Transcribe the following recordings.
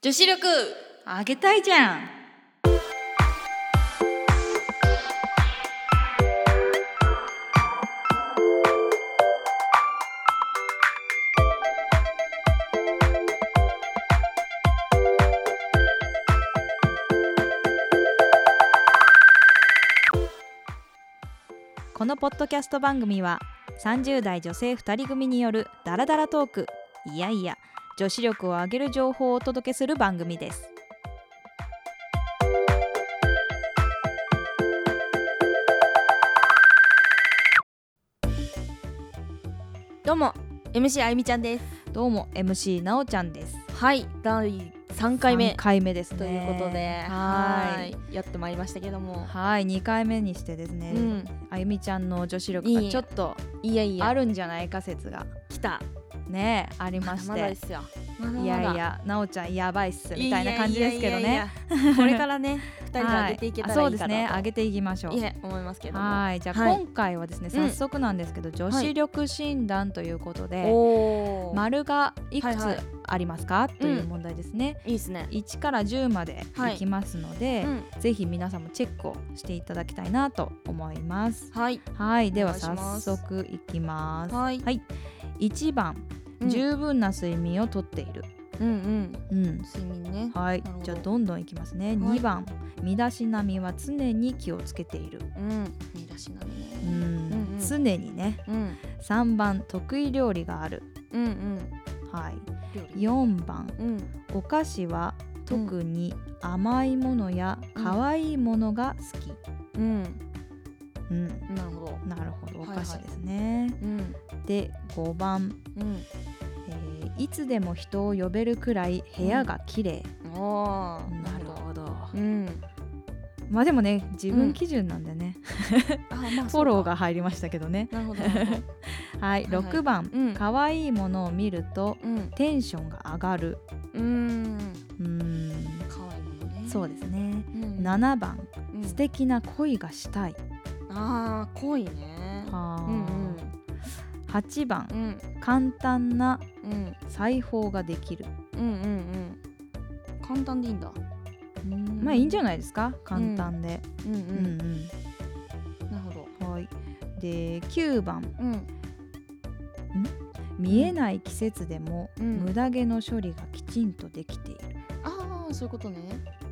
女子力上げたいじゃん。このポッドキャスト番組は30代女性2人組によるダラダラトーク、いやいや女子力を上げる情報をお届けする番組です。 どうも MC あゆみちゃんです。 どうも MC なおちゃんです。 はい第3回目 3回目ですねということではいやってまいりましたけども、 はい2回目にしてですね、あゆみちゃんの女子力がちょっとあるんじゃないか説が来たねありまして、 まだですよ。 いやいやなおちゃんやばいっすみたいな感じですけどね。 これからね2人で上げていけたらいいかなと、 そうですね上げていきましょう。 思いますけども、 はいじゃあ今回はですね、早速なんですけど、女子力診断ということで、丸がいくつありますか、という問題ですね。 いいですね。 1から10までいきますので、ぜひ皆さんもチェックをしていただきたいなと思います。はいでは早速いきます。1番、十分な睡眠をとっている。睡眠ね。はいじゃあどんどんいきますね。2番、身だしなみは常に気をつけている。 身だしなみね。 常にね。3番、得意料理がある。4番、お菓子は特に甘いものや可愛いものが好き。なるほどお菓子ですね。で5番、いつでも人を呼べるくらい部屋が綺麗。なるほど。まあでもね自分基準なんでね、フォローが入りましたけどね。はい、6番、可愛いものを見るとテンションが上がる。可愛いものね。そうですね。7番、素敵な恋がしたい。 恋ね。 8番、簡単な裁縫ができる。 簡単でいいんだ。 まあいいんじゃないですか、簡単で。 なるほど。 はいで9番、見えない季節でも無駄毛の処理がきちんとできている。 そういうことね。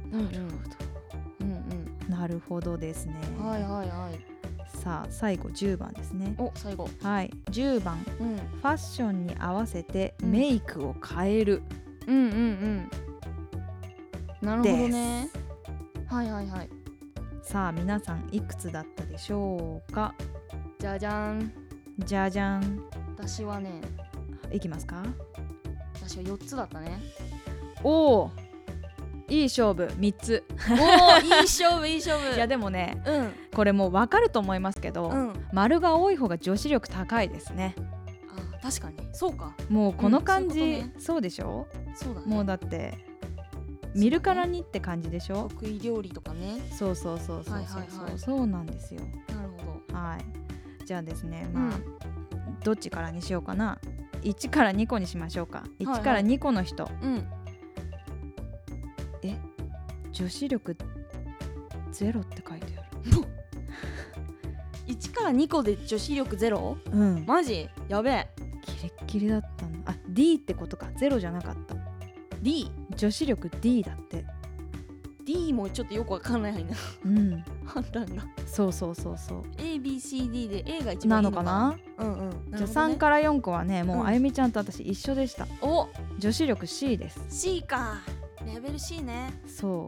なるほどですね。さあ最後10番ですね。 最後。 10番、ファッションに合わせてメイクを変える。 なるほどね。 さあ皆さんいくつだったでしょうか。 じゃじゃん。 じゃじゃん。 私はね、 いきますか。 私は4つだったね。 おおいい勝負。3つ。 いい勝負いい勝負。 いやでもね、これもう分かると思いますけど、丸が多い方が女子力高いですね。 確かにそうか。 もうこの感じ、そうでしょ。 そうだね。 もうだって見るからにって感じでしょ。 得意料理とかね。 そうなんですよ。 なるほど。じゃあですね、どっちからにしようかな。1から2個にしましょうか。1から2個の人。女子力ゼロって書いてある。 1から2個で女子力ゼロ？マジ？やべえ。 キレッキレだったんだ。D ってことか。ゼロじゃなかった。 D？ 女子力 D だって。 D もちょっとよくわかんないな。判断が。そう。ABCD で A が一番いいのかな。 じゃあ3から4個はね、もうあゆみちゃんと私一緒でした。女子力 C です。 C か。レベル C ね。 そう。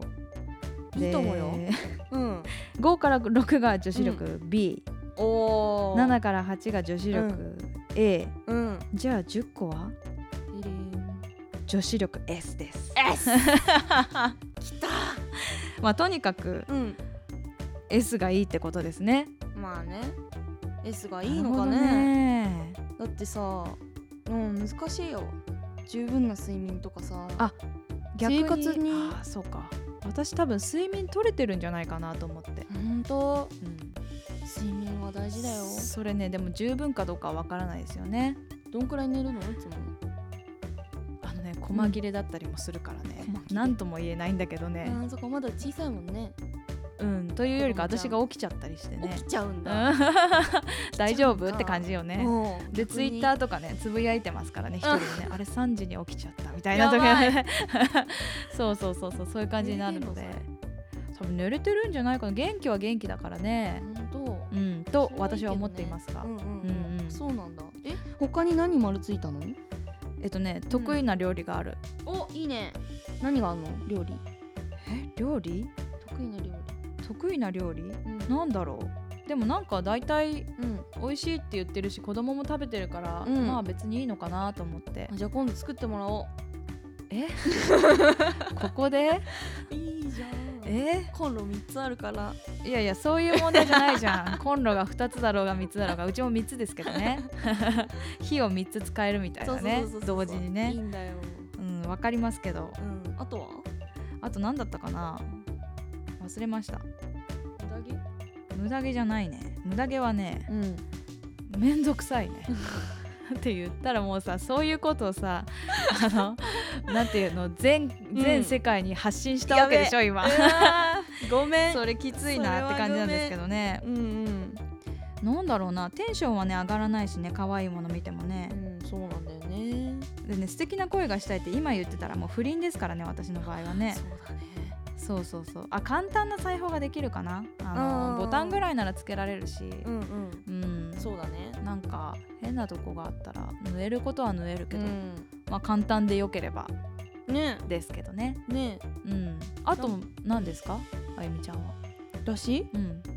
いいと思うよ。 5から6が女子力 B。7から8が女子力 A。じゃあ10個は女子力 S です。 S きた。 まあとにかく S がいいってことですね。 まあね S がいいのかね。だってさ難しいよ。十分な睡眠とかさ。生活に。そうか。私多分睡眠取れてるんじゃないかなと思って。 本当。睡眠は大事だよ。 それねでも十分かどうかはわからないですよね。 どんくらい寝るのいつも。 細切れだったりもするからね、なんとも言えないんだけどね。 そこまだ小さいもんね。 というよりか私が起きちゃったりしてね。 起きちゃうんだ。 大丈夫って感じよね。でツイッターとかねつぶやいてますからね、一人でねあれ3時に起きちゃったみたいな時はねそうそういう感じになるので、多分寝れてるんじゃないかな。元気は元気だからね。と私は思っていますが。 そうなんだ。他に何丸ついたの？ 得意な料理がある。 お、いいね。何があるの？料理？ 料理？得意な料理？なんだろう。でもなんか大体美味しいって言ってるし子供も食べてるから、まあ別にいいのかなと思って。 じゃあ今度作ってもらおう。 ここで？ いいじゃん。コンロ3つあるから。 いやいやそういう問題じゃないじゃん。コンロが2つだろうが3つだろうが、うちも3つですけどね火を3つ使えるみたいなね、同時にね。 いいんだよ。 わかりますけど。 あとは？ あと何だったかな、忘れました。無駄毛じゃないね。無駄毛はね、めんどくさいねって言ったらもうさ、そういうことをさなんていうの、全世界に発信したわけでしょ今ごめん、 それきついなって感じなんですけどね。なんだろうな、テンションはね上がらないしね、可愛いもの見てもね。 そうなんだよね。 でね、素敵な声がしたいって今言ってたらもう不倫ですからね、私の場合はね。 そうだね。 そう簡単な裁縫ができるかな。ボタンぐらいならつけられるし、 そうだね。 なんか変なとこがあったら縫えることは縫えるけど、まあ簡単でよければねですけどね。あと何ですか、あゆみちゃんは。 私？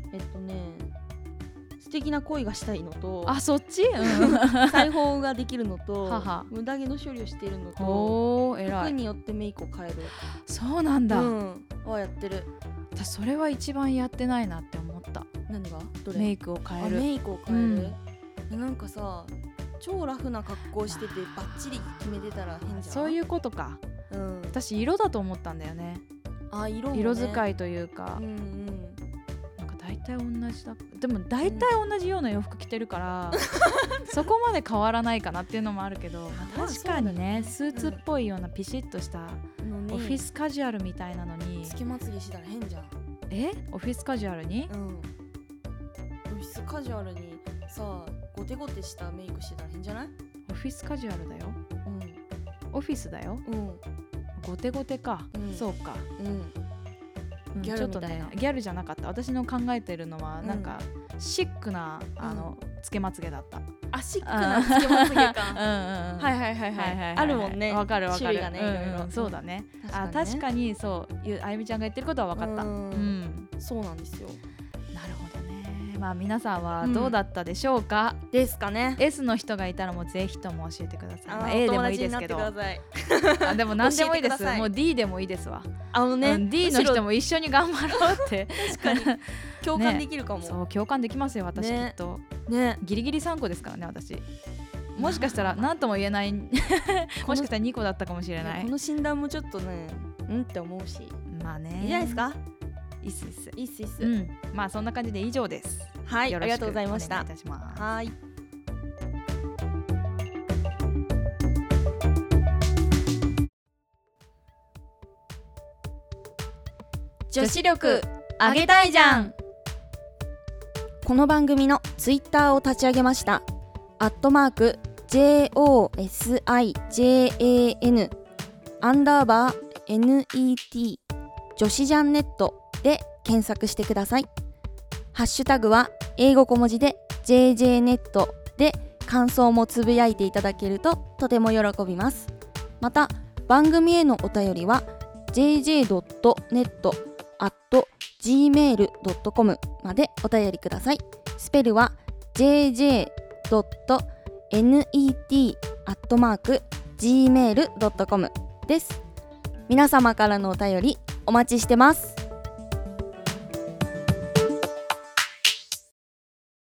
素敵な恋がしたいのと、 そっち？ 裁縫ができるのと無駄毛の処理をしているのと、服によってメイクを変える。 そうなんだ。 はやってる。 私それは一番やってないなって思った。 何が？どれ？ メイクを変える。 メイクを変える。なんかさ、超ラフな格好しててバッチリ決めてたら変じゃん。 そういうことか。私色だと思ったんだよね。色使いというか。大体同じだ。でも大体同じような洋服着てるから、そこまで変わらないかなっていうのもあるけど、確かにね、スーツっぽいようなピシッとしたオフィスカジュアルみたいなのにつけまつげしたら変じゃん。 オフィスカジュアルに？ オフィスカジュアルにさ、ゴテゴテしたメイクしてたら変じゃない？ オフィスカジュアルだよ。オフィスだよ。ゴテゴテか。そうか。ちょっとね、ギャルじゃなかった。私の考えてるのはなんかシックなつけまつげだった。 シックなつけまつげか。はいあるもんね。 わかる。 種類がね、いろいろ。 そうだね。確かにそうあゆみちゃんが言ってることは分かった。 そうなんですよ。 なるほどね。まあ皆さんはどうだったでしょうか。 ですかね。 S の人がいたらもうぜひとも教えてください。A でもいいですけど。でも何でもいいです。もう D でもいいですわ。D の人も一緒に頑張ろうって確かに共感できるかも。 そう共感できますよ、私きっと。ギリギリ3個ですからね、私。もしかしたら何とも言えないもしかしたら2個だったかもしれない。 この診断もちょっとねって思うし、 まあね、 いいじゃないですか。 いいっすいいっす。 まあそんな感じで以上です。 はい、ありがとうございました。 お願いいたします。 はい。女子力上げたいじゃん。この番組のツイッターを立ち上げました。@JOSIJAN_NET 女子ジャンネットで検索してください。ハッシュタグは英語小文字で JJNET で感想もつぶやいていただけるととても喜びます。また番組へのお便りは jj.net@gmail.com までお便りください。スペルは jj.net@gmail.com です。皆様からのお便りお待ちしてます。